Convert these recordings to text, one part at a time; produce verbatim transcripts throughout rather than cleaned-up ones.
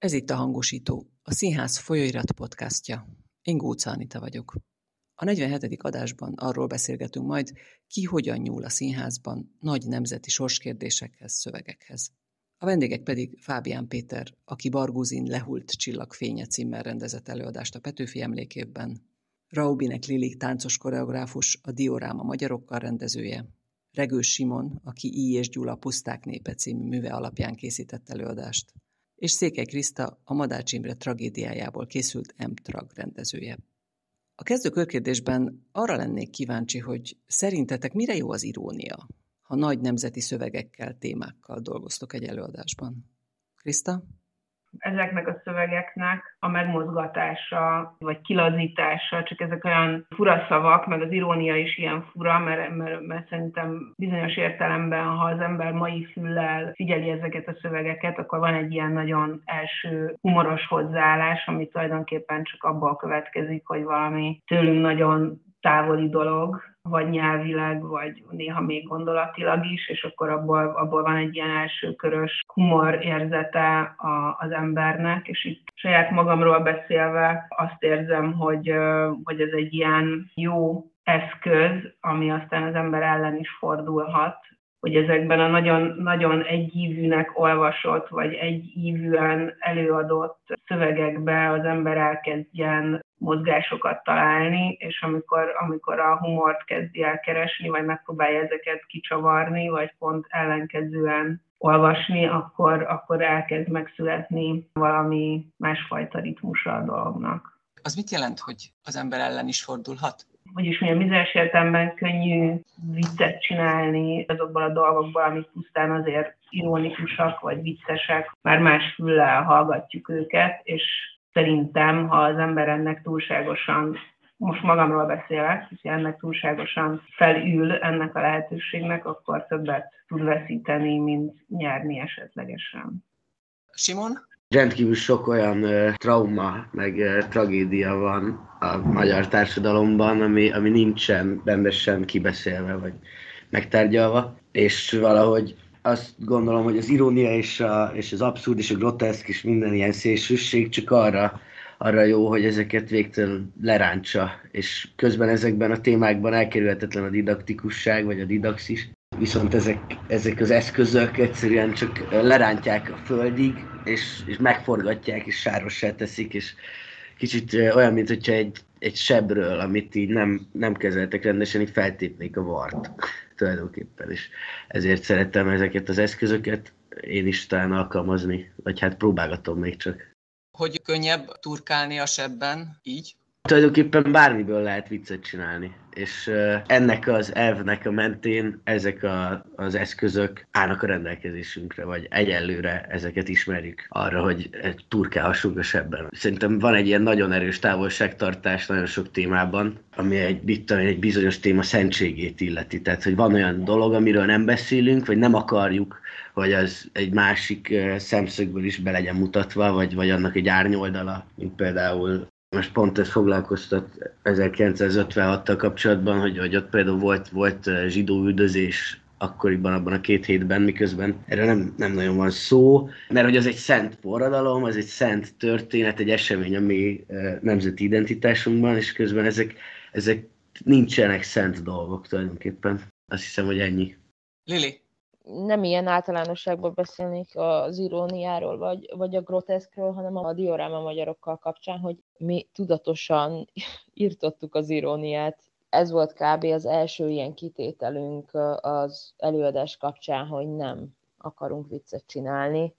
Ez itt a Hangosító, a Színház folyóirat podcastja. Én Gócz Anita vagyok. A negyvenhetedik adásban arról beszélgetünk majd, ki hogyan nyúl a színházban nagy nemzeti sorskérdésekhez, szövegekhez. A vendégek pedig Fábián Péter, aki Barguzin Lehult csillag fénye címmel rendezett előadást a Petőfi emlékévben, Raubinek Lili táncos koreográfus, a Dioráma Magyarokkal rendezője, Regős Simon, aki I. és Gyula Puszták népe című műve alapján készített előadást, és Székely Kriszta, a Madács Imre tragédiájából készült M-Trag rendezője. A kezdő körkérdésben arra lennék kíváncsi, hogy szerintetek mire jó az irónia, ha nagy nemzeti szövegekkel, témákkal dolgoztok egy előadásban? Kriszta? Ezeknek a szövegeknek a megmozgatása, vagy kilazítása, csak ezek olyan fura szavak, meg az irónia is ilyen fura, mert, mert, mert szerintem bizonyos értelemben, ha az ember mai füllel figyeli ezeket a szövegeket, akkor van egy ilyen nagyon első humoros hozzáállás, ami tulajdonképpen csak abból következik, hogy valami tőlünk nagyon távoli dolog, vagy nyelvileg, vagy néha még gondolatilag is, és akkor abból, abból van egy ilyen elsőkörös humor érzete a, az embernek, és itt saját magamról beszélve azt érzem, hogy, hogy ez egy ilyen jó eszköz, ami aztán az ember ellen is fordulhat, hogy ezekben a nagyon, nagyon egyívűnek olvasott, vagy egyívűen előadott szövegekbe az ember elkezdjen mozgásokat találni, és amikor, amikor a humort kezdi el keresni, vagy megpróbálja ezeket kicsavarni, vagy pont ellenkezően olvasni, akkor, akkor elkezd megszületni valami másfajta ritmusa a dolognak. Az mit jelent, hogy az ember ellen is fordulhat? Hogy is mondjam, bizonyos értelemben könnyű viccet csinálni azokból a dolgokból, amik pusztán azért ironikusak vagy viccesek, már más füllel hallgatjuk őket, és szerintem, ha az ember ennek túlságosan, most magamról beszélek, hogy ennek túlságosan felül ennek a lehetőségnek, akkor többet tud veszíteni, mint nyerni esetlegesen. Simon? Rendkívül sok olyan uh, trauma, meg uh, tragédia van a magyar társadalomban, ami, ami nincsen rendesen kibeszélve, vagy megtárgyalva, és valahogy azt gondolom, hogy az irónia és, a, és az abszurd és a groteszk és minden ilyen szélsőség csak arra, arra jó, hogy ezeket végtelen lerántsa, és közben ezekben a témákban elkerülhetetlen a didaktikusság, vagy a didaxis. Viszont ezek, ezek az eszközök egyszerűen csak lerántják a földig, és, és megforgatják, és sárossá teszik, és kicsit olyan, mint hogyha egy, egy sebről, amit így nem, nem kezeltek rendesen, így feltépnék a vart tulajdonképpen, és ezért szeretem ezeket az eszközöket én is talán alkalmazni, vagy hát próbálgatom még csak. Hogy könnyebb turkálni a sebben, így? Tulajdonképpen bármiből lehet viccet csinálni, és ennek az elvnek a mentén ezek a, az eszközök állnak a rendelkezésünkre, vagy egyelőre ezeket ismerjük arra, hogy turkálhassunk a sebben. Szerintem van egy ilyen nagyon erős távolságtartás nagyon sok témában, ami egy, egy bizonyos téma szentségét illeti. Tehát, hogy van olyan dolog, amiről nem beszélünk, vagy nem akarjuk, hogy az egy másik szemszögből is be legyen mutatva, vagy, vagy annak egy árnyoldala, mint például most pont ez foglalkoztat ezerkilencszázötvenhattal kapcsolatban, hogy, hogy ott például volt, volt zsidó üldözés akkoriban, abban a két hétben, miközben erre nem, nem nagyon van szó, mert hogy az egy szent forradalom, az egy szent történet, egy esemény a mi nemzeti identitásunkban, és közben ezek, ezek nincsenek szent dolgok tulajdonképpen. Azt hiszem, hogy ennyi. Lili? Nem ilyen általánosságban beszélnék az iróniáról, vagy, vagy a groteszkről, hanem a Dioráma Magyarokkal kapcsán, hogy mi tudatosan írtottuk az iróniát. Ez volt kb. Az első ilyen kitételünk az előadás kapcsán, hogy nem akarunk viccet csinálni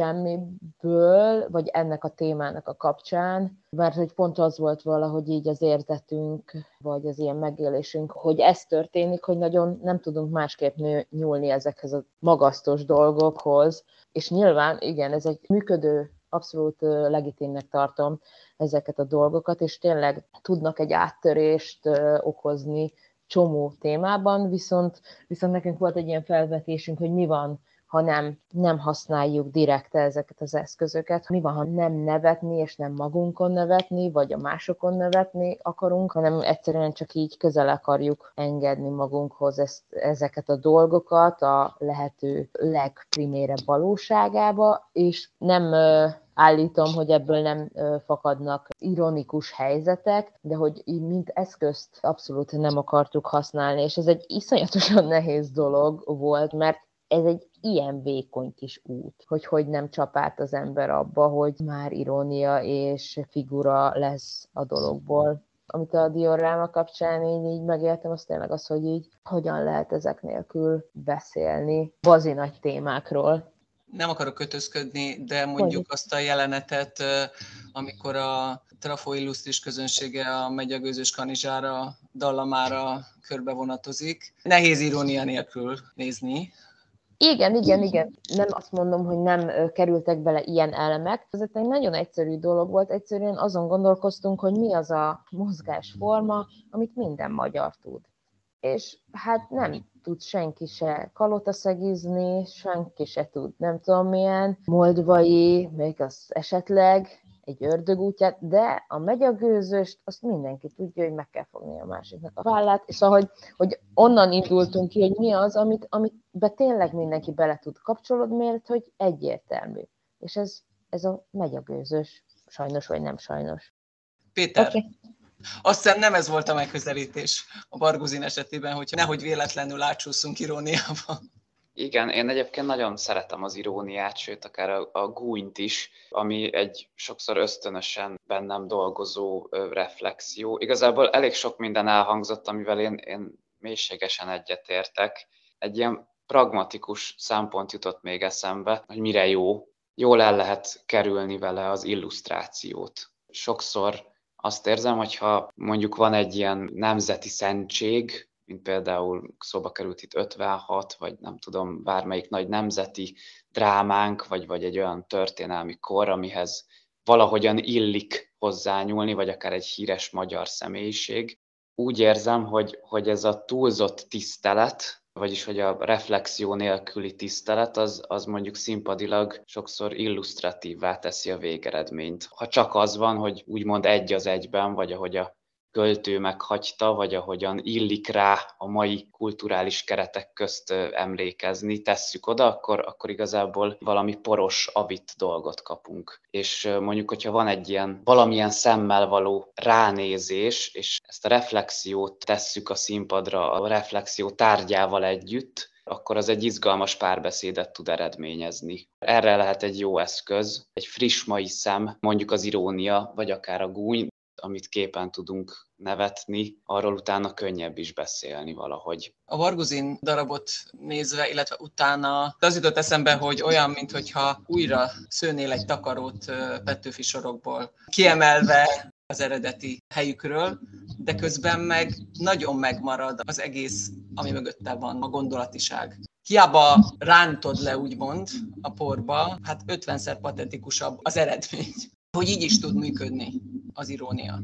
semmiből, vagy ennek a témának a kapcsán, mert hogy pont az volt valahogy így az érzetünk, vagy az ilyen megélésünk, hogy ez történik, hogy nagyon nem tudunk másképp nyúlni ezekhez a magasztos dolgokhoz, és nyilván, igen, ez egy működő, abszolút legitimnek tartom ezeket a dolgokat, és tényleg tudnak egy áttörést okozni csomó témában, viszont, viszont nekünk volt egy ilyen felvetésünk, hogy mi van, ha nem, nem használjuk direkte ezeket az eszközöket. Mi van, ha nem nevetni, és nem magunkon nevetni, vagy a másokon nevetni akarunk, hanem egyszerűen csak így közel akarjuk engedni magunkhoz ezt, ezeket a dolgokat a lehető legprimérebb valóságába, és nem állítom, hogy ebből nem fakadnak ironikus helyzetek, de hogy így mint eszközt abszolút nem akartuk használni, és ez egy iszonyatosan nehéz dolog volt, mert ez egy ilyen vékony kis út, hogy hogy nem csap át az ember abba, hogy már irónia és figura lesz a dologból. Amit a dioráma kapcsán én így megéltem, az tényleg az, hogy így hogyan lehet ezek nélkül beszélni bazi nagy témákról. Nem akarok kötözködni, de mondjuk azt a jelenetet, amikor a Trafó illusztris közönsége a Megyagőzös Kanizsára dallamára körbevonatozik. Nehéz irónia nélkül nézni. Igen, igen, igen. Nem azt mondom, hogy nem kerültek bele ilyen elemek. Ez egy nagyon egyszerű dolog volt. Egyszerűen azon gondolkoztunk, hogy mi az a mozgásforma, amit minden magyar tud. És hát nem tud senki se kalotaszegizni, senki se tud nem tudom milyen, moldvai, még az esetleg egy ördögútját, de a Megyagőzöst, azt mindenki tudja, hogy meg kell fogni a másiknak a vállát, és szóval, hogy, hogy onnan indultunk ki, hogy mi az, amit, amit be tényleg mindenki bele tud kapcsolódni, mert hogy egyértelmű. És ez, ez a Megyagőzös, sajnos vagy nem sajnos. Péter, okay. Azt hiszem nem ez volt a megközelítés a Barguzin esetében, hogy nehogy véletlenül átsúszunk iróniába. Igen, én egyébként nagyon szeretem az iróniát, sőt akár a, a gúnyt is, ami egy sokszor ösztönösen bennem dolgozó ö, reflexió. Igazából elég sok minden elhangzott, amivel én, én mélységesen egyetértek. Egy ilyen pragmatikus szempont jutott még eszembe, hogy mire jó. Jól el lehet kerülni vele az illusztrációt. Sokszor azt érzem, hogyha mondjuk van egy ilyen nemzeti szentség, mint például szóba került itt ötvenhat, vagy nem tudom, bármelyik nagy nemzeti drámánk, vagy, vagy egy olyan történelmi kor, amihez valahogyan illik hozzányúlni, vagy akár egy híres magyar személyiség. Úgy érzem, hogy, hogy ez a túlzott tisztelet, vagyis hogy a reflexió nélküli tisztelet, az, az mondjuk színpadilag sokszor illusztratívvá teszi a végeredményt. Ha csak az van, hogy úgymond egy az egyben, vagy ahogy a költő meghagyta, vagy ahogyan illik rá a mai kulturális keretek közt emlékezni, tesszük oda, akkor, akkor igazából valami poros, avit dolgot kapunk. És mondjuk, hogyha van egy ilyen valamilyen szemmel való ránézés, és ezt a reflexiót tesszük a színpadra a reflexió tárgyával együtt, akkor az egy izgalmas párbeszédet tud eredményezni. Erre lehet egy jó eszköz, egy friss mai szem, mondjuk az irónia, vagy akár a gúny, amit képen tudunk nevetni, arról utána könnyebb is beszélni valahogy. A Barguzin darabot nézve, illetve utána az jutott eszembe, hogy olyan, mintha újra szőnél egy takarót Petőfi sorokból, kiemelve az eredeti helyükről, de közben meg nagyon megmarad az egész, ami mögötte van, a gondolatiság. Hiába rántod le, úgymond, a porba, hát ötvenszer patetikusabb az eredmény, hogy így is tud működni az irónia.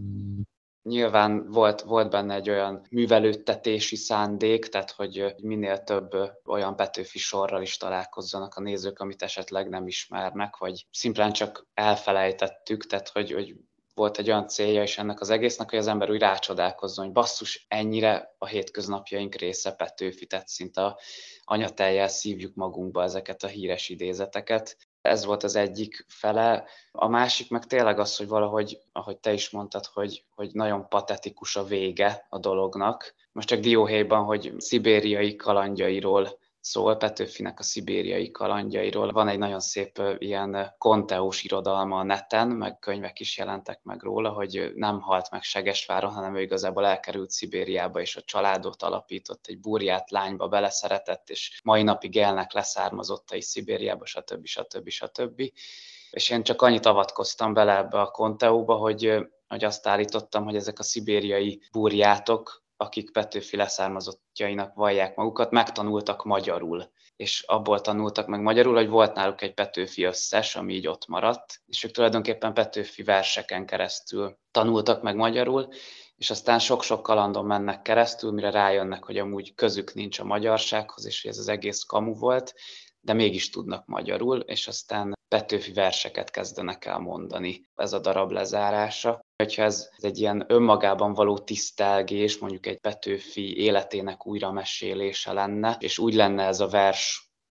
Nyilván volt, volt benne egy olyan művelődtetési szándék, tehát hogy minél több olyan Petőfi sorral is találkozzanak a nézők, amit esetleg nem ismernek, vagy szimplán csak elfelejtettük, tehát hogy, hogy volt egy olyan célja is ennek az egésznek, hogy az ember úgy rácsodálkozzon, hogy basszus, ennyire a hétköznapjaink része Petőfi, tehát szinte a anyatejjel szívjuk magunkba ezeket a híres idézeteket. Ez volt az egyik fele. A másik meg tényleg az, hogy valahogy, ahogy te is mondtad, hogy, hogy nagyon patetikus a vége a dolognak. Most csak dióhéjban, hogy szibériai kalandjairól szól, Petőfinek a szibériai kalandjairól. Van egy nagyon szép ilyen konteós irodalma a neten, meg könyvek is jelentek meg róla, hogy nem halt meg Segesváron, hanem ő igazából elkerült Szibériába, és a családot alapított, egy burját lányba beleszeretett, és mai napig élnek leszármazottai Szibériába, stb. stb. stb. És én csak annyit avatkoztam bele ebbe a konteóba, hogy, hogy azt állítottam, hogy ezek a szibériai burjátok, akik Petőfi leszármazottjainak vallják magukat, megtanultak magyarul. És abból tanultak meg magyarul, hogy volt náluk egy Petőfi összes, ami így ott maradt, és ők tulajdonképpen Petőfi verseken keresztül tanultak meg magyarul, és aztán sok-sok kalandon mennek keresztül, mire rájönnek, hogy amúgy közük nincs a magyarsághoz, és hogy ez az egész kamu volt, de mégis tudnak magyarul, és aztán Petőfi verseket kezdenek el mondani. Ez a darab lezárása. Hogyha ez egy ilyen önmagában való tisztelgés, mondjuk egy Petőfi életének újramesélése lenne, és úgy lenne ez a vers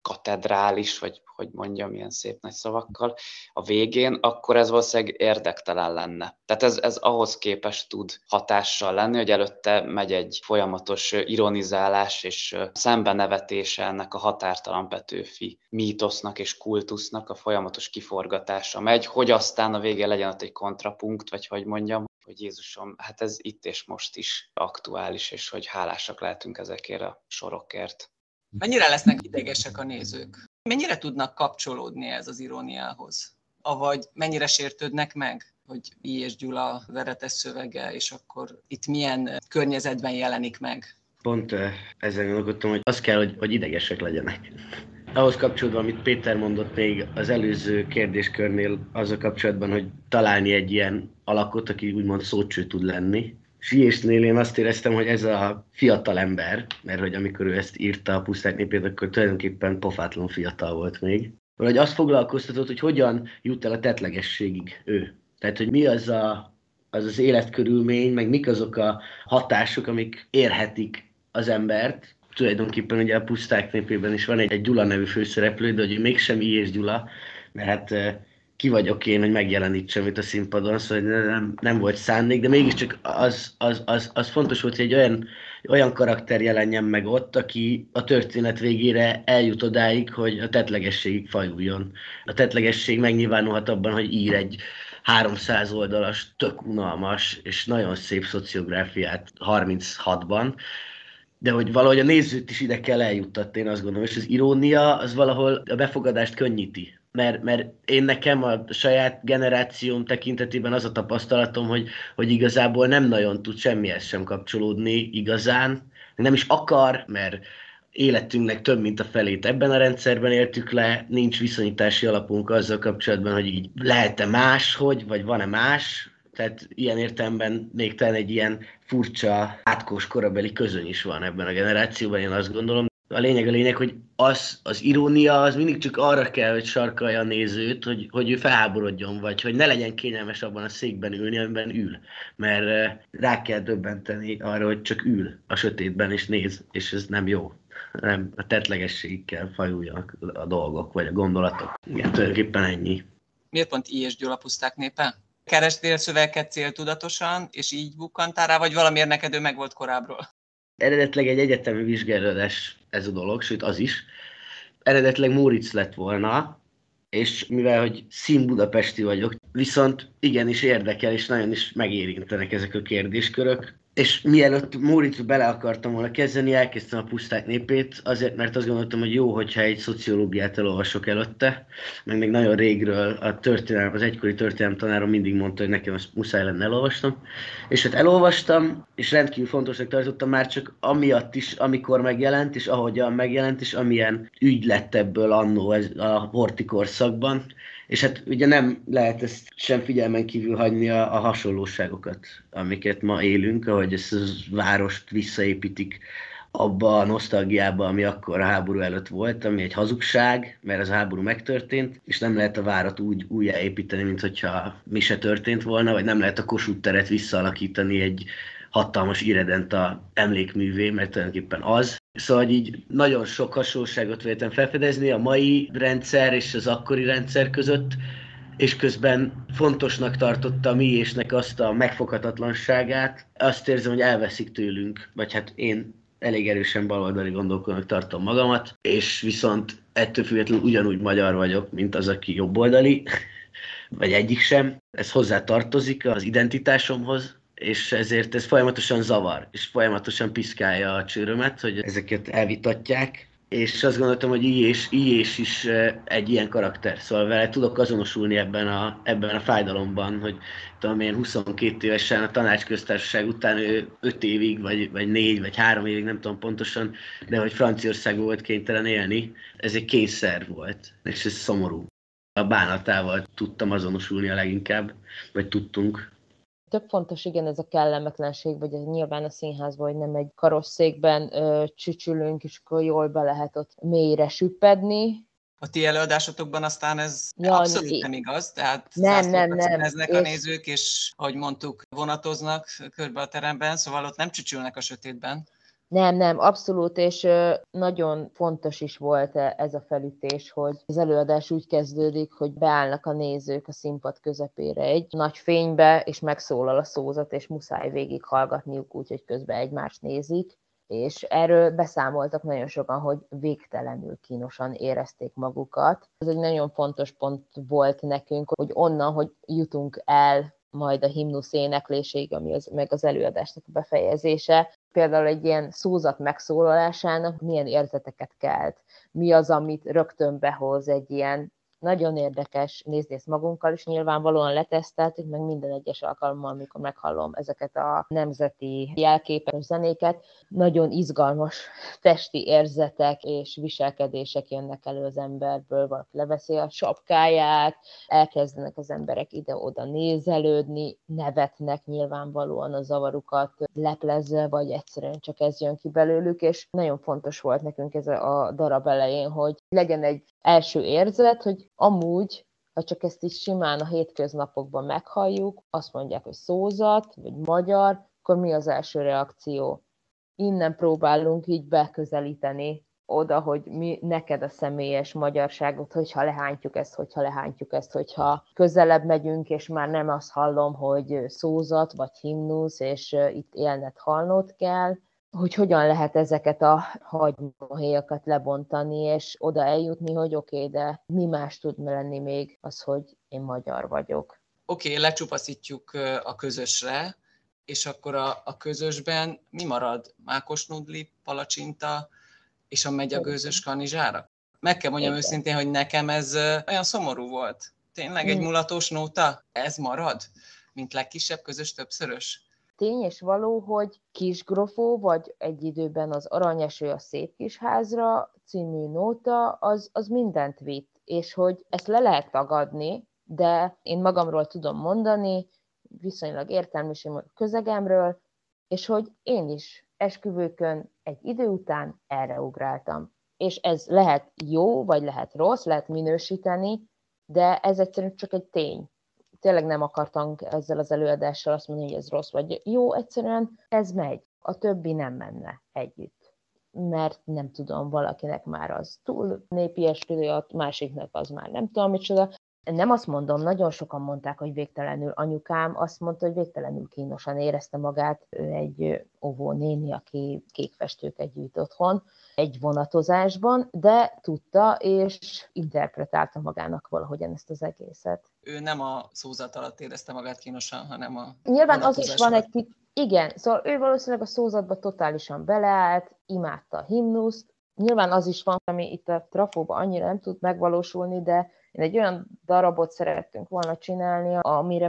katedrális, vagy hogy mondjam, ilyen szép nagy szavakkal a végén, akkor ez valószínűleg érdektelen lenne. Tehát ez, ez ahhoz képest tud hatással lenni, hogy előtte megy egy folyamatos ironizálás és szembenevetése ennek a határtalan Petőfi mítosznak és kultusznak a folyamatos kiforgatása megy, hogy aztán a végén legyen ott egy kontrapunkt, vagy hogy mondjam, hogy Jézusom, hát ez itt és most is aktuális, és hogy hálásak lehetünk ezekért a sorokért. Mennyire lesznek idegesek a nézők? Mennyire tudnak kapcsolódni ez az iróniához? Avagy mennyire sértődnek meg, hogy I. és Gyula veretes szövege, és akkor itt milyen környezetben jelenik meg? Pont ezen gondolkodtam, hogy az kell, hogy, hogy idegesek legyenek. Ahhoz kapcsolódva, amit Péter mondott még az előző kérdéskörnél, azzal kapcsolatban, hogy találni egy ilyen alakot, aki úgymond szócső tud lenni. Siésnél én azt éreztem, hogy ez a fiatal ember, mert hogy amikor ő ezt írta a Puszták népét, akkor tulajdonképpen pofátlan fiatal volt még. Valahogy azt foglalkoztatott, hogy hogyan jut el a tettlegességig ő. Tehát, hogy mi az a, az, az életkörülmény, meg mik azok a hatások, amik érhetik az embert. Tulajdonképpen ugye a Puszták népében is van egy, egy Gyula nevű főszereplő, de hogy mégsem I. és Gyula, mert hát ki vagyok én, hogy megjelenítsem itt a színpadon, szóval nem, nem volt szándék, de mégiscsak az, az, az, az fontos volt, hogy egy olyan, olyan karakter jelenjen meg ott, aki a történet végére eljut odáig, hogy a tettlegességig fajuljon. A tettlegesség megnyilvánulhat abban, hogy ír egy háromszáz oldalas, tök unalmas és nagyon szép szociográfiát harminchatban, de hogy valahogy a nézőt is ide kell eljuttatni, én azt gondolom, és az irónia az valahol a befogadást könnyíti. Mert, mert én nekem a saját generációm tekintetében az a tapasztalatom, hogy, hogy igazából nem nagyon tud semmihez sem kapcsolódni igazán. Nem is akar, mert életünknek több mint a felét ebben a rendszerben éltük le, nincs viszonyítási alapunk azzal kapcsolatban, hogy így lehet-e máshogy, vagy van-e más. Tehát ilyen értelemben még talán egy ilyen furcsa, átkós korabeli közöny is van ebben a generációban, én azt gondolom. A lényeg a lényeg, hogy az, az irónia az mindig csak arra kell, hogy sarkalja a nézőt, hogy, hogy ő felháborodjon, vagy hogy ne legyen kényelmes abban a székben ülni, amiben ül. Mert rá kell döbbenteni arra, hogy csak ül a sötétben és néz, és ez nem jó. Nem, a tettlegességükkel fajuljanak a dolgok, vagy a gondolatok. Igen, tulajdonképpen ennyi. Miért pont I. és Gyula Puszták népe? Kerestél szövegeket céltudatosan, és így bukkantál rá, vagy valamiért neked ő meg volt korábbról? Eredetileg egy egyetemi vizsgálódás ez a dolog, sőt az is. Eredetileg Móricz lett volna, és mivel hogy szín-budapesti vagyok, viszont igenis érdekel, és nagyon is megérintenek ezek a kérdéskörök. És mielőtt Móriczba bele akartam volna kezdeni, elkezdtem a Puszták népét, azért, mert azt gondoltam, hogy jó, hogyha egy szociológiát elolvasok előtte, meg még nagyon régről a történelem, az egykori történelem tanárom mindig mondta, hogy nekem azt muszáj lenne elolvastam. És hát elolvastam, és rendkívül fontosnak tartottam már csak amiatt is, amikor megjelent, és ahogyan megjelent, és amilyen ügy lett ebből annó ez a horthy korszakban. És hát ugye nem lehet ezt sem figyelmen kívül hagyni a, a hasonlóságokat, amiket ma élünk, ahogy ezt a várost visszaépítik abba a nosztalgiába, ami akkor a háború előtt volt, ami egy hazugság, mert az a háború megtörtént, és nem lehet a várat úgy újjáépíteni, mint hogyha mi se történt volna, vagy nem lehet a Kossuth teret visszaalakítani egy hatalmas irredenta emlékművé, mert tulajdonképpen az. Szóval így nagyon sok hasonlóságot véltem felfedezni a mai rendszer és az akkori rendszer között, és közben fontosnak tartotta mi ésnek azt a megfoghatatlanságát. Azt érzem, hogy elveszik tőlünk, vagy hát én elég erősen baloldali gondolkodónak tartom magamat, és viszont ettől függetlenül ugyanúgy magyar vagyok, mint az, aki jobboldali, vagy egyik sem. Ez hozzá tartozik az identitásomhoz, és ezért ez folyamatosan zavar, és folyamatosan piszkálja a csőrömet, hogy ezeket elvitatják, és azt gondoltam, hogy I. és I. és is egy ilyen karakter, szóval vele tudok azonosulni ebben a, ebben a fájdalomban, hogy tudom én huszonkét évesen a tanácsköztársaság után ő öt évig, vagy, vagy négy, vagy három évig, nem tudom pontosan, de hogy Franciaországban volt kénytelen élni, ez egy kényszer volt, és ez szomorú. A bánatával tudtam azonosulni a leginkább, vagy tudtunk. Több fontos, igen, ez a kellemetlenség, vagy ez nyilván a színházban, hogy nem egy karosszékben ö, csücsülünk, és akkor jól be lehet ott mélyre süppedni. A ti előadásotokban aztán ez ja, abszolút é- nem igaz, tehát nem, nem, nem. színeznek a nézők, és ahogy mondtuk, vonatoznak körbe a teremben, szóval ott nem csücsülnek a sötétben. Nem, nem, abszolút, és nagyon fontos is volt ez a felütés, hogy az előadás úgy kezdődik, hogy beállnak a nézők a színpad közepére egy nagy fénybe, és megszólal a szózat, és muszáj végig hallgatniuk úgy, hogy közben egymást nézik, és erről beszámoltak nagyon sokan, hogy végtelenül kínosan érezték magukat. Ez egy nagyon fontos pont volt nekünk, hogy onnan, hogy jutunk el majd a himnusz énekléséig, ami az, meg az előadásnak a befejezése. Például egy ilyen szózat megszólalásának milyen érzeteket kelt, mi az, amit rögtön behoz egy ilyen nagyon érdekes, nézni ezt magunkkal is, nyilvánvalóan leteszteltük, meg minden egyes alkalommal, amikor meghallom ezeket a nemzeti jelképes zenéket, nagyon izgalmas testi érzetek és viselkedések jönnek elő az emberből, valaki leveszi a sapkáját, elkezdenek az emberek ide-oda nézelődni, nevetnek nyilvánvalóan a zavarukat leplezve, vagy egyszerűen csak ez jön ki belőlük, és nagyon fontos volt nekünk ez a darab elején, hogy legyen egy első érzet, hogy amúgy, ha csak ezt is simán a hétköznapokban meghalljuk, azt mondják, hogy szózat, vagy magyar, akkor mi az első reakció? Innen próbálunk így beközelíteni oda, hogy mi neked a személyes magyarságot, hogyha lehántjuk ezt, hogyha lehántjuk ezt, hogyha közelebb megyünk, és már nem azt hallom, hogy szózat, vagy himnusz, és itt élned, halnod kell, hogy hogyan lehet ezeket a hagymahéjakat lebontani, és oda eljutni, hogy oké, okay, de mi más tud lenni még az, hogy én magyar vagyok. Oké, okay, lecsupaszítjuk a közösre, és akkor a, a közösben mi marad? Mákos nudli, palacsinta, és a megyagőzös kanizsára? Meg kell mondjam Igen. őszintén, hogy nekem ez olyan szomorú volt. Tényleg egy mm. mulatos nóta? Ez marad? Mint legkisebb közös többszörös? Tény és való, hogy Kisgrofó, vagy egy időben az Aranyeső a Szép Kisházra című nóta, az, az mindent vitt, és hogy ezt le lehet tagadni, de én magamról tudom mondani, viszonylag értelmesem a közegemről, és hogy én is esküvőkön egy idő után erre ugráltam. És ez lehet jó, vagy lehet rossz, lehet minősíteni, de ez egyszerűen csak egy tény. Tényleg nem akartam ezzel az előadással azt mondani, hogy ez rossz vagy jó, egyszerűen ez megy. A többi nem menne együtt. Mert nem tudom, valakinek már az túl népies pillanat, másiknak az már nem tudom micsoda. Nem azt mondom, nagyon sokan mondták, hogy végtelenül anyukám azt mondta, hogy végtelenül kínosan érezte magát. Ő egy óvó néni, aki kékfestőket gyűjt otthon egy vonatozásban, de tudta és interpretálta magának valahogyan ezt az egészet. Ő nem a szózat alatt érezte magát kínosan, hanem a Nyilván az is van egy kicsit, igen, szóval ő valószínűleg a szózatba totálisan beleállt, imádta a himnuszt. Nyilván az is van, ami itt a trafóban annyira nem tud megvalósulni, de én egy olyan darabot szerettünk volna csinálni, amire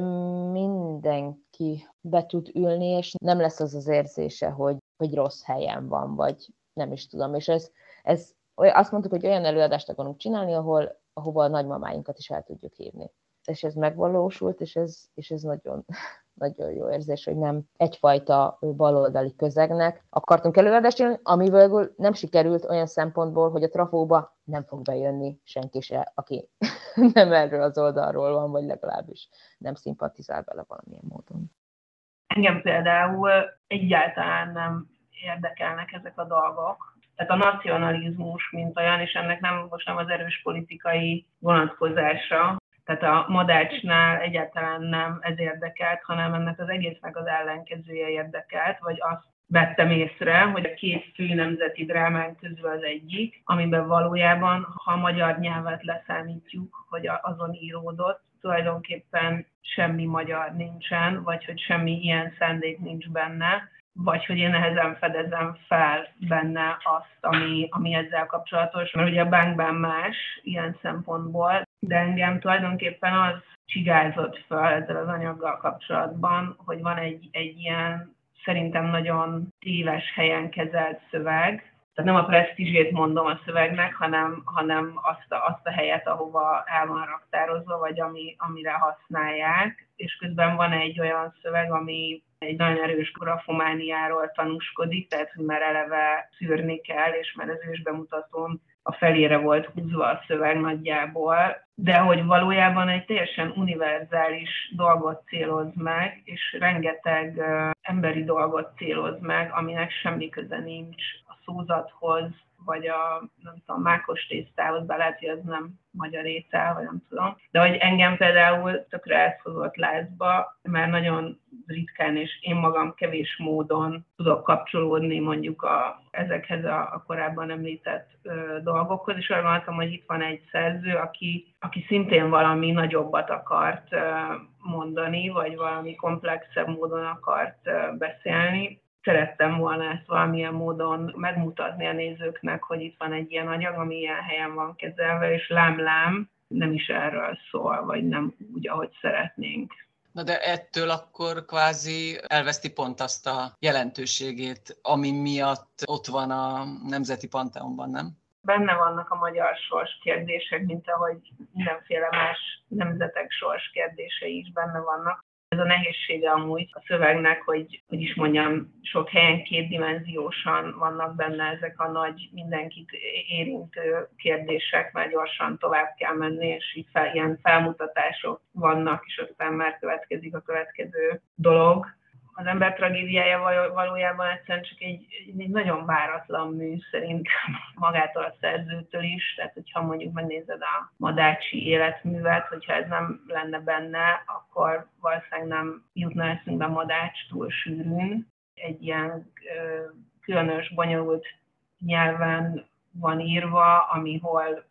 mindenki be tud ülni, és nem lesz az az érzése, hogy, hogy rossz helyen van, vagy nem is tudom. És ez, ez azt mondtuk, hogy olyan előadást akarunk csinálni, ahol, ahova a nagymamáinkat is el tudjuk hívni. És ez megvalósult, és ez, és ez nagyon, nagyon jó érzés, hogy nem egyfajta baloldali közegnek akartunk előadást csinálni, amiből nem sikerült olyan szempontból, hogy a trafóba nem fog bejönni senki se, aki nem erről az oldalról van, vagy legalábbis nem szimpatizál vele valamilyen módon. Engem például egyáltalán nem érdekelnek ezek a dolgok. Tehát a nacionalizmus, mint olyan, és ennek nem, most nem az erős politikai vonatkozása, tehát a Madácsnál egyáltalán nem ez érdekelt, hanem ennek az egésznek az ellenkezője érdekelt, vagy azt vettem észre, hogy a két fő nemzeti drámánk közül az egyik, amiben valójában, ha a magyar nyelvet leszámítjuk, hogy azon íródott, tulajdonképpen semmi magyar nincsen, vagy hogy semmi ilyen szándék nincs benne, vagy hogy én nehezen fedezem fel benne azt, ami, ami ezzel kapcsolatos, mert ugye a bankban más ilyen szempontból, de engem tulajdonképpen az csigázott fel ezzel az anyaggal kapcsolatban, hogy van egy, egy ilyen szerintem nagyon téves helyen kezelt szöveg. Tehát nem a presztízsét mondom a szövegnek, hanem, hanem azt, a, azt a helyet, ahova el van raktározva, vagy ami, amire használják. És közben van egy olyan szöveg, ami egy nagyon erős grafomániáról tanúskodik, tehát hogy már eleve szűrni kell, és már az ősbemutatón a felére volt húzva a szöveg nagyjából, de hogy valójában egy teljesen univerzális dolgot céloz meg, és rengeteg uh, emberi dolgot céloz meg, aminek semmi köze nincs a szózathoz, vagy a, nem tudom, mákos tésztához, bár lehet, hogy ez nem magyar étel, vagy nem tudom. De hogy engem például tökre elfozott lázba, mert nagyon ritkán és én magam kevés módon tudok kapcsolódni mondjuk a, ezekhez a, a korábban említett ö, dolgokhoz, és arra gondoltam, hogy itt van egy szerző, aki, aki szintén valami nagyobbat akart ö, mondani, vagy valami komplexebb módon akart ö, beszélni. Szerettem volna ezt valamilyen módon megmutatni a nézőknek, hogy itt van egy ilyen anyag, ami ilyen helyen van kezelve, és lám-lám nem is erről szól, vagy nem úgy, ahogy szeretnénk. Na de ettől akkor kvázi elveszti pont azt a jelentőségét, ami miatt ott van a Nemzeti Panteonban, nem? Benne vannak a magyar sorskérdések, mint ahogy mindenféle más nemzetek sorskérdései is benne vannak. Ez a nehézsége amúgy a szövegnek, hogy, hogy is mondjam, sok helyen kétdimenziósan vannak benne ezek a nagy, mindenkit érintő kérdések, mert gyorsan tovább kell menni, és így fel, ilyen felmutatások vannak, és aztán már következik a következő dolog. Az ember tragédiája valójában egyszerűen csak egy, egy nagyon váratlan mű szerintem magától a szerzőtől is, tehát hogyha mondjuk megnézed a Madácsi életművet, hogyha ez nem lenne benne, akkor valószínűleg nem jutna eszünkbe Madács túl sűrűn. Egy ilyen ö, különös, bonyolult nyelven van írva, ami hol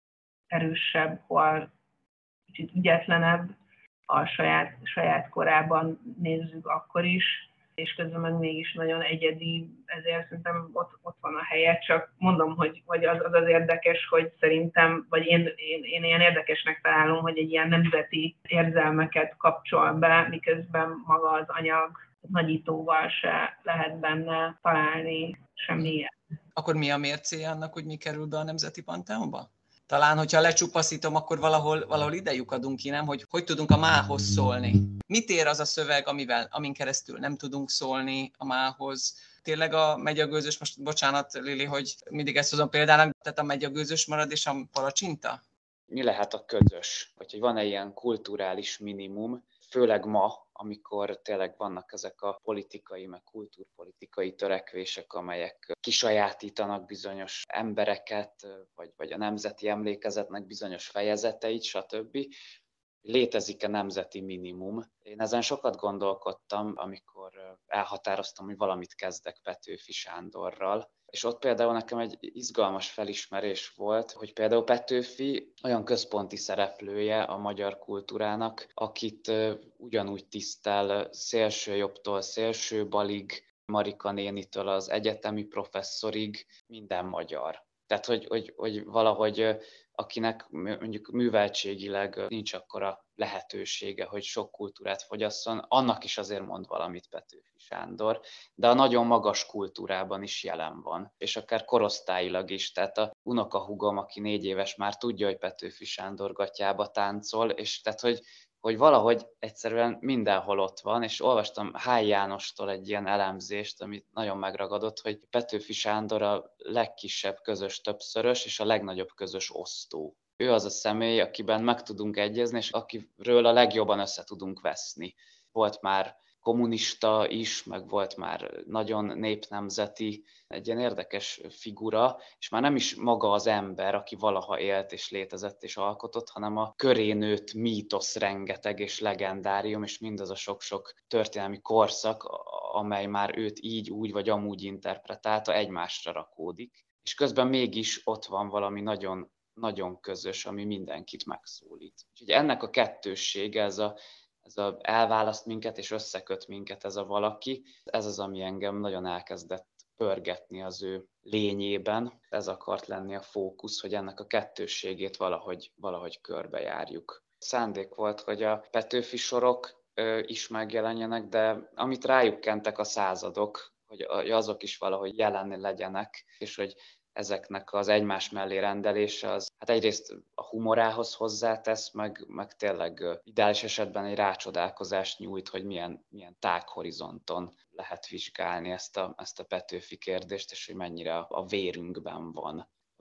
erősebb, hol kicsit ügyetlenebb, a saját, saját korában nézzük akkor is, és közben meg mégis nagyon egyedi, ezért szerintem ott, ott van a helye, csak mondom, hogy, hogy az, az az érdekes, hogy szerintem, vagy én, én, én ilyen érdekesnek találom, hogy egy ilyen nemzeti érzelmeket kapcsol be, miközben maga az anyag nagyítóval se lehet benne találni semmi ilyet. Akkor mi a mércéje annak, hogy mi kerül be a Nemzeti Panteonba? Talán, hogyha lecsupaszítom, akkor valahol, valahol ide lyukadunk ki, nem? Hogy hogy tudunk a mához szólni. Mit ér az a szöveg, amivel, amin keresztül nem tudunk szólni a mához? Tényleg a megyagőzös, most bocsánat Lili, hogy mindig ezt hozom példának, tehát a megyagőzös marad és a palacsinta? Mi lehet a közös? Vagy hogy van-e ilyen kulturális minimum, főleg ma, amikor tényleg vannak ezek a politikai, meg kultúrpolitikai törekvések, amelyek kisajátítanak bizonyos embereket, vagy, vagy a nemzeti emlékezetnek bizonyos fejezeteit, stb. Létezik-e nemzeti minimum? Én ezen sokat gondolkodtam, amikor elhatároztam, hogy valamit kezdek Petőfi Sándorral. És ott például nekem egy izgalmas felismerés volt, hogy például Petőfi olyan központi szereplője a magyar kultúrának, akit ugyanúgy tisztel szélsőjobbtól szélsőbalig, Marika nénitől az egyetemi professzorig, minden magyar. Tehát, hogy, hogy, hogy valahogy akinek mondjuk műveltségileg nincs akkora lehetősége, hogy sok kultúrát fogyasszon, annak is azért mond valamit Petőfi Sándor, de a nagyon magas kultúrában is jelen van, és akár korosztályilag is. Tehát a unokahúgom, aki négy éves, már tudja, hogy Petőfi Sándor gatyába táncol, és tehát, hogy hogy valahogy egyszerűen mindenhol ott van, és olvastam Hály Jánostól egy ilyen elemzést, amit nagyon megragadott, hogy Petőfi Sándor a legkisebb közös többszörös, és a legnagyobb közös osztó. Ő az a személy, akiben meg tudunk egyezni, és akiről a legjobban össze tudunk veszni. Volt már kommunista is, meg volt már nagyon népnemzeti, egy ilyen érdekes figura, és már nem is maga az ember, aki valaha élt és létezett és alkotott, hanem a köré nőtt mítosz rengeteg és legendárium, és mindaz a sok-sok történelmi korszak, amely már őt így, úgy vagy amúgy interpretálta, egymásra rakódik. És közben mégis ott van valami nagyon, nagyon közös, ami mindenkit megszólít. Úgyhogy ennek a kettőssége, ez a ez a, elválaszt minket és összeköt minket ez a valaki, ez az, ami engem nagyon elkezdett pörgetni az ő lényében. Ez akart lenni a fókusz, hogy ennek a kettősségét valahogy, valahogy körbejárjuk. Szándék volt, hogy a Petőfi sorok ö, is megjelenjenek, de amit rájuk kentek a századok, hogy azok is valahogy jelen legyenek, és hogy ezeknek az egymás mellé rendelése az hát egyrészt a humorához hozzátesz, meg, meg tényleg ideális esetben egy rácsodálkozást nyújt, hogy milyen, milyen tághorizonton lehet vizsgálni ezt a, ezt a Petőfi kérdést, és hogy mennyire a, a vérünkben van.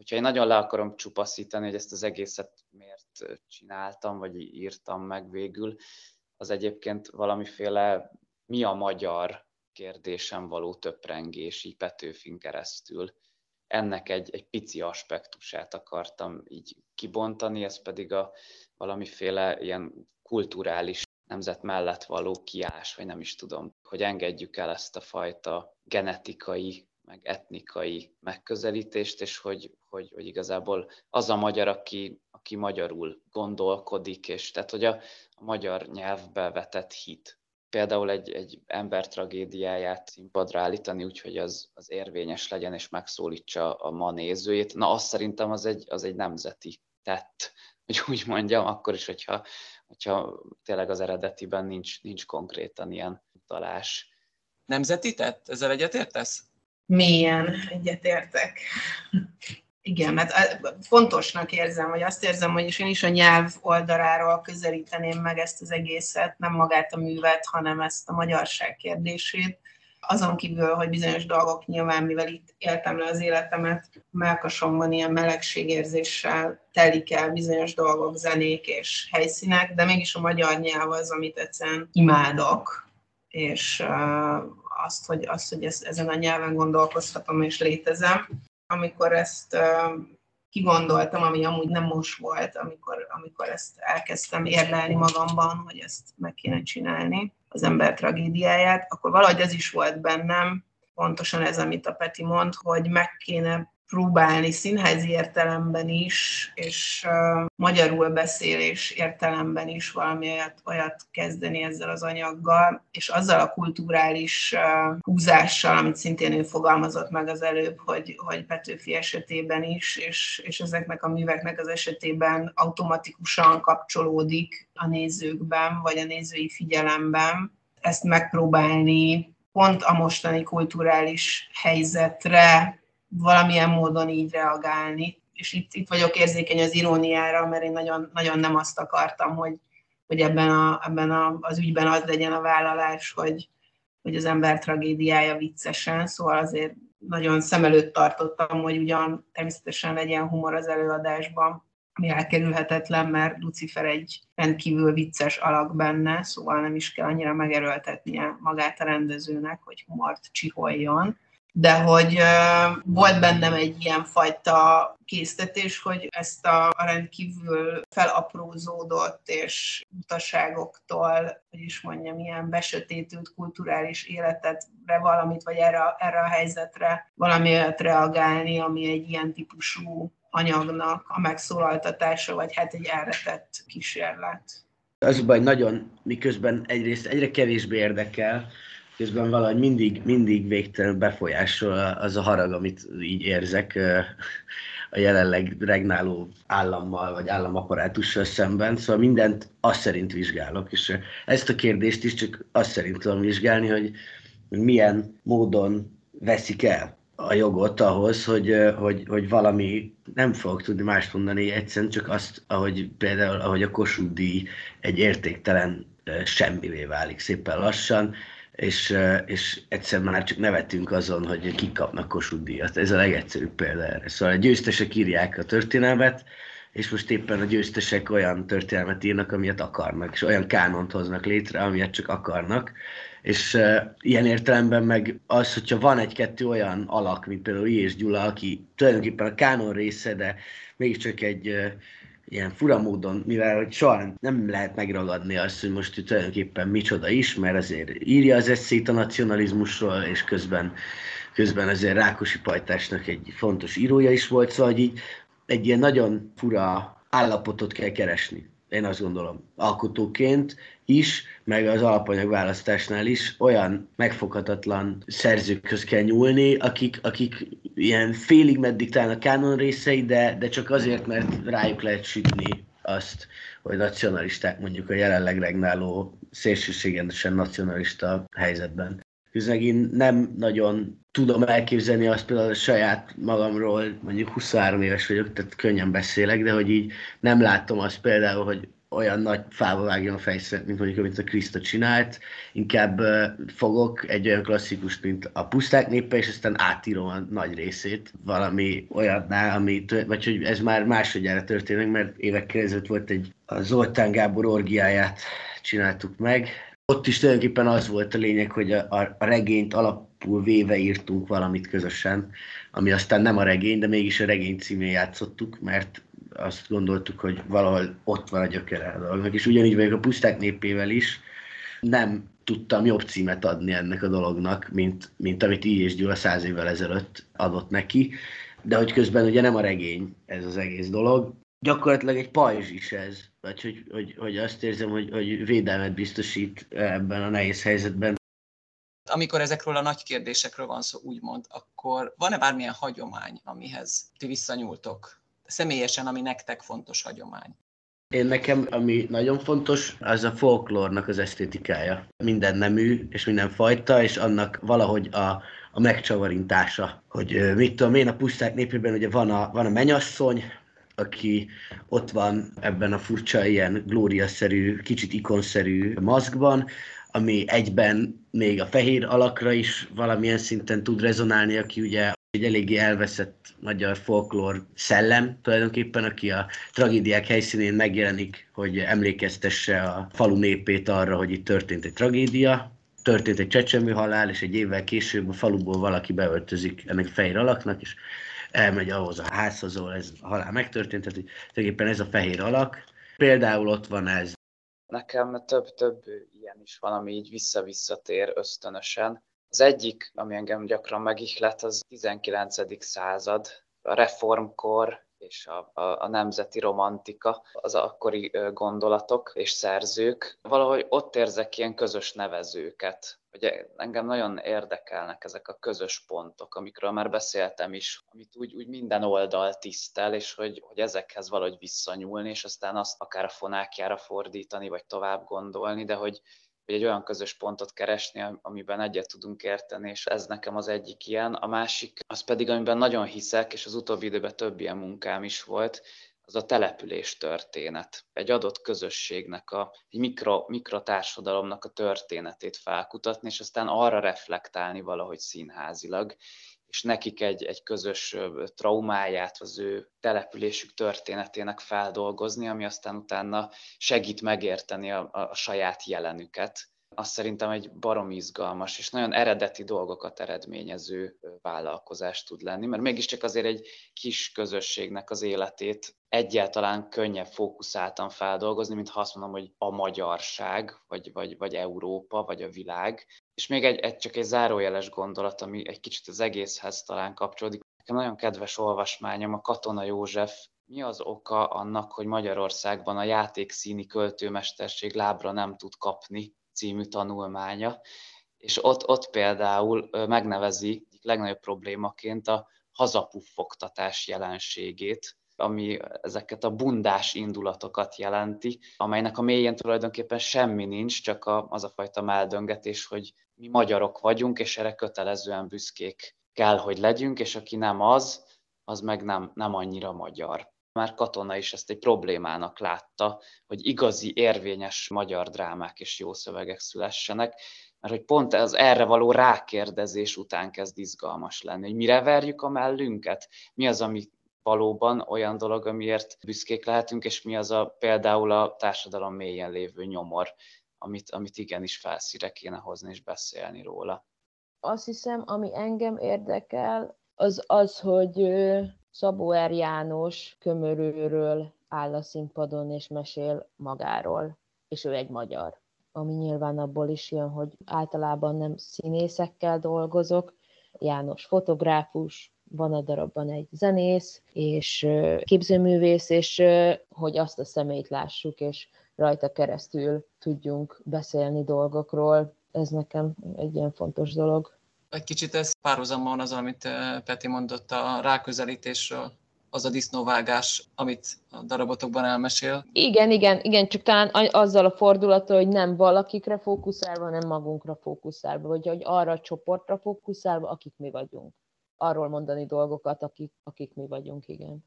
hogyha én nagyon le akarom csupaszítani, hogy ezt az egészet miért csináltam, vagy írtam meg végül, az egyébként valamiféle mi a magyar kérdésen való töprengés így Petőfin keresztül. Ennek egy, egy pici aspektusát akartam így kibontani, ez pedig a valamiféle ilyen kulturális nemzet mellett való kiállás, vagy nem is tudom, hogy engedjük el ezt a fajta genetikai, meg etnikai megközelítést, és hogy, hogy, hogy igazából az a magyar, aki, aki magyarul gondolkodik, és tehát hogy a, a magyar nyelvbe vetett hit. Például egy, egy ember tragédiáját színpadra állítani, úgyhogy az, az érvényes legyen és megszólítsa a ma nézőjét. Na, azt szerintem az egy, az egy nemzeti tett, hogy úgy mondjam, akkor is, hogyha, hogyha tényleg az eredetiben nincs, nincs konkrétan ilyen utalás. Nemzeti tett? Ezzel egyetértesz? Mélyen egyetértek. Igen, mert fontosnak érzem, vagy azt érzem, hogy én is a nyelv oldaláról közelíteném meg ezt az egészet, nem magát a művet, hanem ezt a magyarság kérdését. Azon kívül, hogy bizonyos dolgok nyilván, mivel itt éltem le az életemet, mellkasomban ilyen melegségérzéssel telik el bizonyos dolgok, zenék és helyszínek, de mégis a magyar nyelv az, amit egyszerűen imádok, és azt, hogy, azt, hogy ezen a nyelven gondolkozhatom és létezem. Amikor ezt uh, kigondoltam, ami amúgy nem most volt, amikor, amikor ezt elkezdtem érlelni magamban, hogy ezt meg kéne csinálni, az ember tragédiáját, akkor valahogy ez is volt bennem, pontosan ez, amit a Peti mond, hogy meg kéne próbálni színházi értelemben is, és uh, magyarul beszélés értelemben is valami olyat, olyat kezdeni ezzel az anyaggal, és azzal a kulturális uh, húzással, amit szintén ő fogalmazott meg az előbb, hogy, hogy Petőfi esetében is, és, és ezeknek a műveknek az esetében automatikusan kapcsolódik a nézőkben, vagy a nézői figyelemben. Ezt megpróbálni pont a mostani kulturális helyzetre valamilyen módon így reagálni. És itt, itt vagyok érzékeny az iróniára, mert én nagyon, nagyon nem azt akartam, hogy, hogy ebben, a, ebben a, az ügyben az legyen a vállalás, hogy, hogy az ember tragédiája viccesen, szóval azért nagyon szem előtt tartottam, hogy ugyan természetesen legyen humor az előadásban, ami elkerülhetetlen, mert Lucifer egy rendkívül vicces alak benne, szóval nem is kell annyira megerőltetnie magát a rendezőnek, hogy humort csiholjon. De hogy uh, volt bennem egy ilyen fajta késztetés, hogy ezt a, a rendkívül felaprózódott és utaságoktól, hogy is mondjam, ilyen besötétült kulturális életetre valamit, vagy erre, erre a helyzetre valami olyat reagálni, ami egy ilyen típusú anyagnak a megszólaltatása, vagy hát egy erre tett kísérlet. Az a baj, nagyon, miközben egyrészt egyre kevésbé érdekel, közben valahogy mindig, mindig végtelen befolyásol az a harag, amit így érzek a jelenleg regnáló állammal, vagy államaparátussal szemben. Szóval mindent azt szerint vizsgálok, és ezt a kérdést is csak azt szerint tudom vizsgálni, hogy milyen módon veszik el a jogot ahhoz, hogy, hogy, hogy valami, nem fogok tudni mást mondani, egyszerűen csak azt, ahogy például ahogy a Kossuth-díj egy értéktelen semmivé válik szépen lassan, és, és egyszer már csak nevetünk azon, hogy kik kapnak Kossuth-díjat. Ez a legegyszerűbb példa erre. Szóval a győztesek írják a történelmet, és most éppen a győztesek olyan történelmet írnak, amilyet akarnak, és olyan kánont hoznak létre, amilyet csak akarnak. És uh, ilyen értelemben meg az, hogyha van egy-kettő olyan alak, mint például I. és Gyula, aki tulajdonképpen a kánon része, de mégiscsak egy uh, ilyen fura módon, mivel hogy soha nem lehet megragadni azt, hogy most ő tulajdonképpen micsoda is, mert azért írja az esszét a nacionalizmusról, és közben, közben azért Rákosi Pajtásnak egy fontos írója is volt, szóval így egy ilyen nagyon fura állapotot kell keresni. Én azt gondolom, alkotóként is, meg az alapanyagválasztásnál is olyan megfoghatatlan szerzőkhöz kell nyúlni, akik, akik ilyen félig meddig talán a kánon részei, de, de csak azért, mert rájuk lehet sütni azt, hogy nacionalisták mondjuk a jelenleg regnáló szélsőségesen nacionalista helyzetben. Közben én nem nagyon tudom elképzelni azt például a saját magamról, mondjuk huszonhárom éves vagyok, tehát könnyen beszélek, de hogy így nem látom azt például, hogy olyan nagy fába vágjam a fejszert, mint mondjuk, amit a Krista csinált. Inkább uh, fogok egy olyan klasszikust, mint a Puszták népe, és aztán átírom a nagy részét valami olyannál, ami, vagy hogy ez már másodjára történik, mert évekkel ezelőtt volt egy a Zoltán Gábor orgiáját csináltuk meg. Ott is tulajdonképpen az volt a lényeg, hogy a, a, a regényt alapul véve írtunk valamit közösen, ami aztán nem a regény, de mégis a regény címén játszottuk, mert azt gondoltuk, hogy valahol ott van a gyökere a dolognak, és ugyanígy vagyok a Puszták népével is, nem tudtam jobb címet adni ennek a dolognak, mint, mint amit I. és Gyula száz évvel ezelőtt adott neki, de hogy közben ugye nem a regény ez az egész dolog, gyakorlatilag egy pajzs is ez, vagy hogy, hogy, hogy azt érzem, hogy, hogy védelmet biztosít ebben a nehéz helyzetben. Amikor ezekről a nagy kérdésekről van szó, úgymond, akkor van-e bármilyen hagyomány, amihez ti visszanyúltok? Személyesen, ami nektek fontos hagyomány? Én nekem, ami nagyon fontos, az a folklórnak az esztétikája. Minden nemű és minden fajta, és annak valahogy a, a megcsavarintása. Hogy mit tudom én, a Puszták népében ugye van a, van a mennyasszony, aki ott van ebben a furcsa, ilyen glóriaszerű, kicsit ikonszerű maszkban, ami egyben még a fehér alakra is valamilyen szinten tud rezonálni, aki ugye egy eléggé elveszett magyar folklór szellem tulajdonképpen, aki a tragédiák helyszínén megjelenik, hogy emlékeztesse a falu népét arra, hogy itt történt egy tragédia, történt egy csecsemőhalál, és egy évvel később a faluból valaki beöltözik ennek a fehér alaknak, és elmegy ahhoz a házhoz, ahol ez a halál megtörtént, tehát tulajdonképpen ez a fehér alak. Például ott van ez. Nekem több-több ilyen is van, ami így vissza-visszatér ösztönösen. Az egyik, ami engem gyakran megihlet, az tizenkilencedik század, a reformkor és a, a, a nemzeti romantika, az akkori gondolatok és szerzők. Valahogy ott érzek ilyen közös nevezőket. Ugye engem nagyon érdekelnek ezek a közös pontok, amikről már beszéltem is, amit úgy, úgy minden oldal tisztel, és hogy, hogy ezekhez valahogy visszanyúlni, és aztán azt akár a fonákjára fordítani, vagy tovább gondolni, de hogy hogy egy olyan közös pontot keresni, amiben egyet tudunk érteni, és ez nekem az egyik ilyen. A másik, az pedig, amiben nagyon hiszek, és az utóbbi időben több ilyen munkám is volt, az a település történet. Egy adott közösségnek, a, egy mikro, mikrotársadalomnak a történetét felkutatni, és aztán arra reflektálni valahogy színházilag, és nekik egy, egy közös traumáját, az ő településük történetének feldolgozni, ami aztán utána segít megérteni a, a saját jelenüket. Azt szerintem egy baromi izgalmas és nagyon eredeti dolgokat eredményező vállalkozás tud lenni, mert mégiscsak azért egy kis közösségnek az életét egyáltalán könnyebb fókuszáltan feldolgozni, mint ha azt mondom, hogy a magyarság, vagy, vagy, vagy Európa, vagy a világ. És még egy, egy, csak egy zárójeles gondolat, ami egy kicsit az egészhez talán kapcsolódik. Nekem nagyon kedves olvasmányom a Katona József Mi az oka annak, hogy Magyarországban a játékszíni költőmesterség lábra nem tud kapni című tanulmánya, és ott, ott például megnevezi legnagyobb problémaként a hazapuffogtatás jelenségét, ami ezeket a bundás indulatokat jelenti, amelynek a mélyén tulajdonképpen semmi nincs, csak a, az a fajta meldöngetés, hogy mi magyarok vagyunk, és erre kötelezően büszkék kell, hogy legyünk, és aki nem az, az meg nem, nem annyira magyar. Már Katona is ezt egy problémának látta, hogy igazi, érvényes magyar drámák és jó szövegek szülessenek, mert hogy pont az erre való rákérdezés után kezd izgalmas lenni, hogy mire verjük a mellünket, mi az, ami valóban olyan dolog, amiért büszkék lehetünk, és mi az a például a társadalom mélyen lévő nyomor, amit, amit igenis felszíre kéne hozni és beszélni róla. Azt hiszem, ami engem érdekel, az az, hogy Szabó R. János Kömörőről áll a színpadon és mesél magáról, és ő egy magyar. Ami nyilván abból is jön, hogy általában nem színészekkel dolgozok. János fotográfus, van a darabban egy zenész és képzőművész, és hogy azt a személyt lássuk, és rajta keresztül tudjunk beszélni dolgokról. Ez nekem egy ilyen fontos dolog. Egy kicsit ez párhuzamban az, amit Peti mondott a ráközelítésről, az a disznóvágás, amit a darabotokban elmesél. Igen, igen, igen, csak talán azzal a fordulattal, hogy nem valakikre fókuszálva, hanem magunkra fókuszálva, vagy hogy arra a csoportra fókuszálva, akik mi vagyunk. Arról mondani dolgokat, akik, akik mi vagyunk, igen.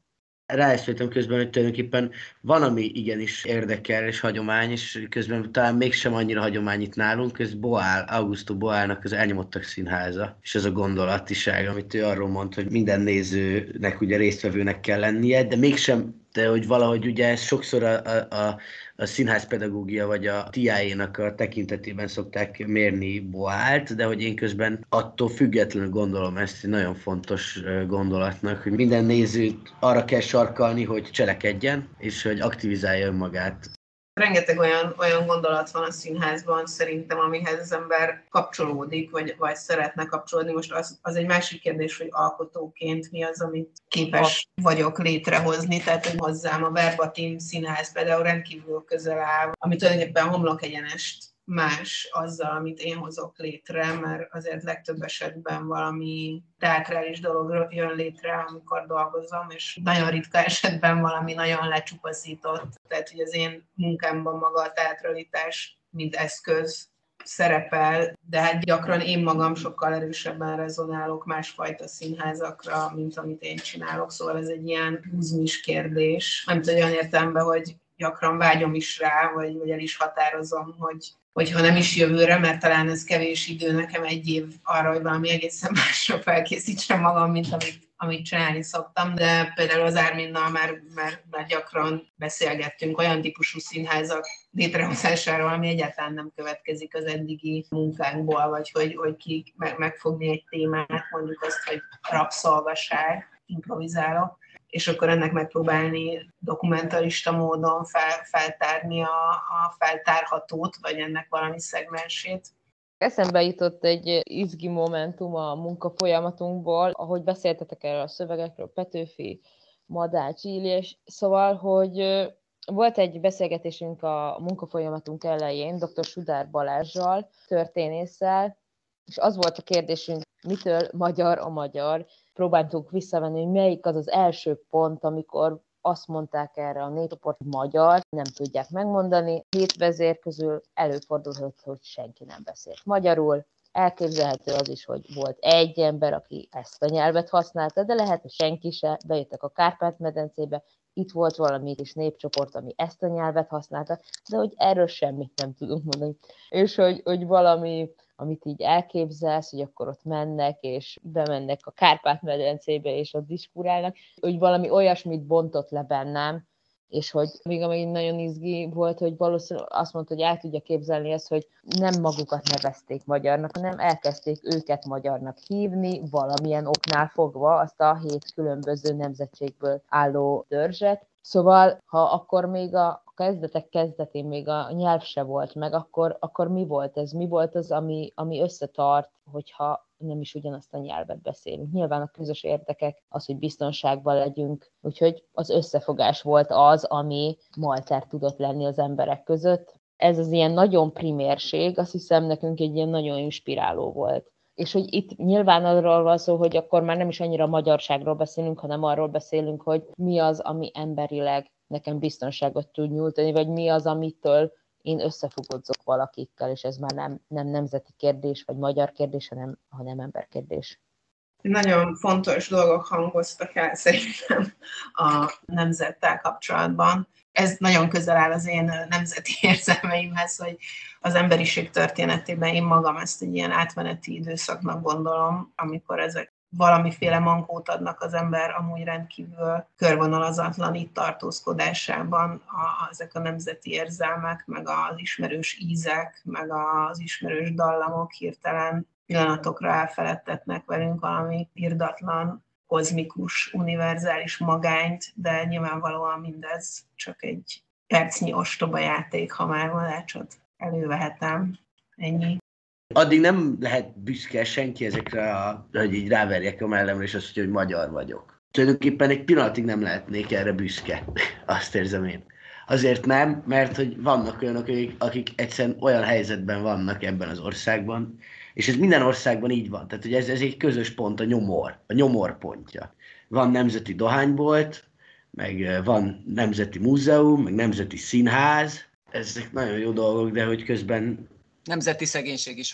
Rájöttem közben, hogy tulajdonképpen van, ami igenis érdekel és hagyomány, és közben talán mégsem annyira hagyomány itt nálunk, ez Boál, Augusto Boálnak az Elnyomottak Színháza, és az a gondolatiság, amit ő arról mond, hogy minden nézőnek ugye résztvevőnek kell lennie, de mégsem, de hogy valahogy ugye ez sokszor a, a, a, a színházpedagógia vagy a té i á-nak a tekintetében szokták mérni Boált, de hogy én közben attól függetlenül gondolom ezt egy nagyon fontos gondolatnak, hogy minden nézőt arra kell sarkalni, hogy cselekedjen, és hogy aktivizálja önmagát. Rengeteg olyan, olyan gondolat van a színházban szerintem, amihez az ember kapcsolódik, vagy, vagy szeretne kapcsolódni. Most az, az egy másik kérdés, hogy alkotóként mi az, amit képes vagyok létrehozni. Tehát, hogy hozzám a Verbatim Színház például rendkívül közel áll, ami tulajdonképpen homlok egyenest más azzal, amit én hozok létre, mert azért legtöbb esetben valami teátrális dolog jön létre, amikor dolgozom, és nagyon ritka esetben valami nagyon lecsupaszított. Tehát, hogy az én munkámban maga a teatralitás, mint eszköz szerepel, de hát gyakran én magam sokkal erősebben rezonálok másfajta színházakra, mint amit én csinálok, szóval ez egy ilyen húzmis kérdés. Nem tudom, olyan értelemben, hogy gyakran vágyom is rá, vagy, vagy el is határozom, hogy hogyha nem is jövőre, mert talán ez kevés idő nekem egy év arra, hogy valami egészen másra felkészítsem magam, mint amit, amit csinálni szoktam, de például az Árminnal már, már, már gyakran beszélgettünk olyan típusú színházak létrehozásáról, ami egyáltalán nem következik az eddigi munkánkból, vagy hogy, hogy ki megfogni egy témát, mondjuk azt, hogy rabszolgaság, improvizálok, és akkor ennek megpróbálni dokumentarista módon fel, feltárni a, a feltárhatót, vagy ennek valami szegmensét. Eszembe jutott egy izgi momentum a munkafolyamatunkból, ahogy beszéltetek erről a szövegekről, Petőfi, Madács, Illés, szóval, hogy volt egy beszélgetésünk a munkafolyamatunk elején doktor Sudár Balázssal, történésszel, és az volt a kérdésünk, mitől magyar a magyar. Próbáltunk visszavenni, hogy melyik az az első pont, amikor azt mondták erre a népcsoport, hogy magyar, nem tudják megmondani. Hét vezér közül előfordulhat, hogy senki nem beszélt magyarul. Elképzelhető az is, hogy volt egy ember, aki ezt a nyelvet használta, de lehet, hogy senki se. Bejöttek a Kárpát-medencébe, itt volt valami kis népcsoport, ami ezt a nyelvet használta, de hogy erről semmit nem tudunk mondani. És hogy, hogy valami, amit így elképzelsz, hogy akkor ott mennek, és bemennek a Kárpát-medencébe, és ott diskurálnak, hogy valami olyasmit bontott le bennem, és hogy még ami nagyon izgi volt, hogy valószínűleg azt mondta, hogy el tudja képzelni ezt, hogy nem magukat nevezték magyarnak, hanem elkezdték őket magyarnak hívni, valamilyen oknál fogva azt a hét különböző nemzetségből álló törzset. Szóval, ha akkor még a kezdetek kezdetén még a nyelv se volt meg, akkor, akkor mi volt ez? Mi volt az, ami, ami összetart, hogyha nem is ugyanazt a nyelvet beszélünk? Nyilván a közös érdekek, az, hogy biztonságban legyünk, úgyhogy az összefogás volt az, ami malter tudott lenni az emberek között. Ez az ilyen nagyon primérség, azt hiszem nekünk egy ilyen nagyon inspiráló volt. És hogy itt nyilván arról van szó, hogy akkor már nem is annyira a magyarságról beszélünk, hanem arról beszélünk, hogy mi az, ami emberileg nekem biztonságot tud nyújtani, vagy mi az, amitől én összefogodzok valakikkel, és ez már nem, nem nemzeti kérdés, vagy magyar kérdés, hanem, hanem emberkérdés. Nagyon fontos dolgok hangoztak el szerintem a nemzettel kapcsolatban. Ez nagyon közel áll az én nemzeti érzelmeimhez, hogy az emberiség történetében én magam ezt egy ilyen átmeneti időszaknak gondolom, amikor ezek valamiféle mankót adnak az ember amúgy rendkívül körvonalazatlan itt tartózkodásában, a, ezek a nemzeti érzelmek, meg az ismerős ízek, meg az ismerős dallamok hirtelen pillanatokra elfeledtetnek velünk valami irdatlan, kozmikus, univerzális magányt, de nyilvánvalóan mindez csak egy percnyi ostoba játék, ha már madácsot elővehetem. Ennyi. Addig nem lehet büszke senki ezekre, a, hogy így ráverjek a mellemre, és azt mondja, hogy magyar vagyok. Tulajdonképpen egy pillanatig nem lehetnék erre büszke, azt érzem én. Azért nem, mert hogy vannak olyanok, akik, akik egyszerűen olyan helyzetben vannak ebben az országban, és ez minden országban így van. Tehát hogy ez, ez egy közös pont, a nyomor, a nyomor pontja. Van nemzeti dohánybolt, meg van nemzeti múzeum, meg nemzeti színház. Ezek nagyon jó dolgok, de hogy közben... Nemzeti szegénység is van.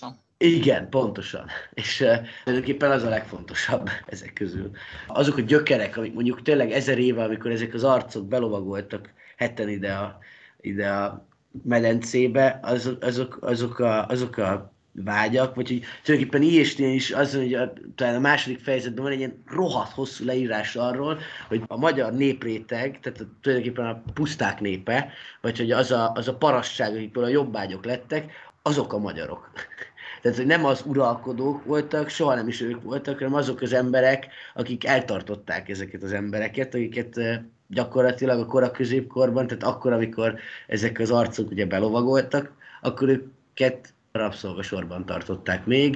Igen, pontosan. És uh, tulajdonképpen az a legfontosabb ezek közül. Azok a gyökerek, amik mondjuk tényleg ezer éve, amikor ezek az arcok belovagoltak heten ide a, ide a medencébe, azok, azok, azok, a, azok a vágyak, vagy hogy tulajdonképpen ilyesnél is az, hogy a, talán a második fejezetben van egy ilyen rohadt hosszú leírás arról, hogy a magyar népréteg, tehát a, tulajdonképpen a puszták népe, vagy hogy az a, az a parasság, akikből a jobbágyok lettek, azok a magyarok. Tehát, hogy nem az uralkodók voltak, soha nem is ők voltak, hanem azok az emberek, akik eltartották ezeket az embereket, akiket gyakorlatilag a kora középkorban, tehát akkor, amikor ezek az arcok ugye belovagoltak, akkor őket rabszolgasorban tartották még.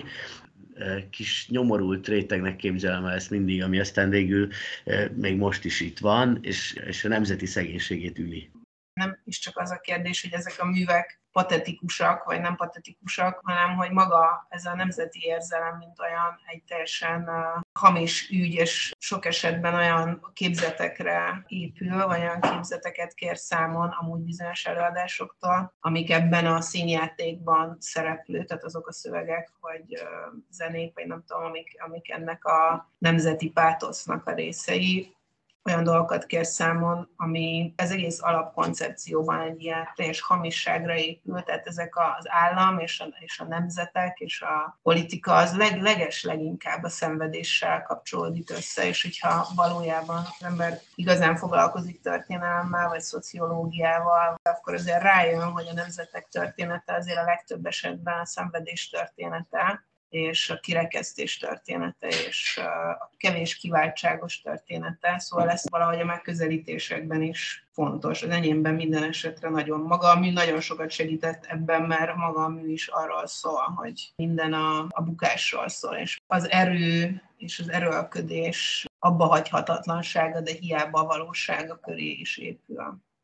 Kis nyomorult rétegnek képzelem el ezt mindig, ami aztán végül még most is itt van, és, és a nemzeti szegénységét üli. Nem is csak az a kérdés, hogy ezek a művek patetikusak, vagy nem patetikusak, hanem hogy maga ez a nemzeti érzelem, mint olyan egy teljesen uh, hamis ügy, és sok esetben olyan képzetekre épül, vagy olyan képzeteket kér számon amúgy bizonyos előadásoktól, amik ebben a színjátékban szereplő, tehát azok a szövegek, vagy uh, zenék, vagy nem tudom, amik, amik ennek a nemzeti pátosznak a részei, olyan dolgokat kér számon, ami az egész alapkoncepcióban egy ilyen teljes hamisságra épül, tehát ezek az állam és a, és a nemzetek és a politika az leg, leges leginkább a szenvedéssel kapcsolódik össze, és hogyha valójában az ember igazán foglalkozik történelemmel vagy szociológiával, akkor azért rájön, hogy a nemzetek története azért a legtöbb esetben a szenvedés története, és a kirekesztés története, és a kevés kiváltságos története. Szóval ez valahogy a megközelítésekben is fontos. Az enyémben minden esetre nagyon maga a mű nagyon sokat segített ebben, mert maga a mű is arról szól, hogy minden a, a bukásról szól, és az erő és az erőlködés abbahagyhatatlansága, de hiába a valósága köré is épül.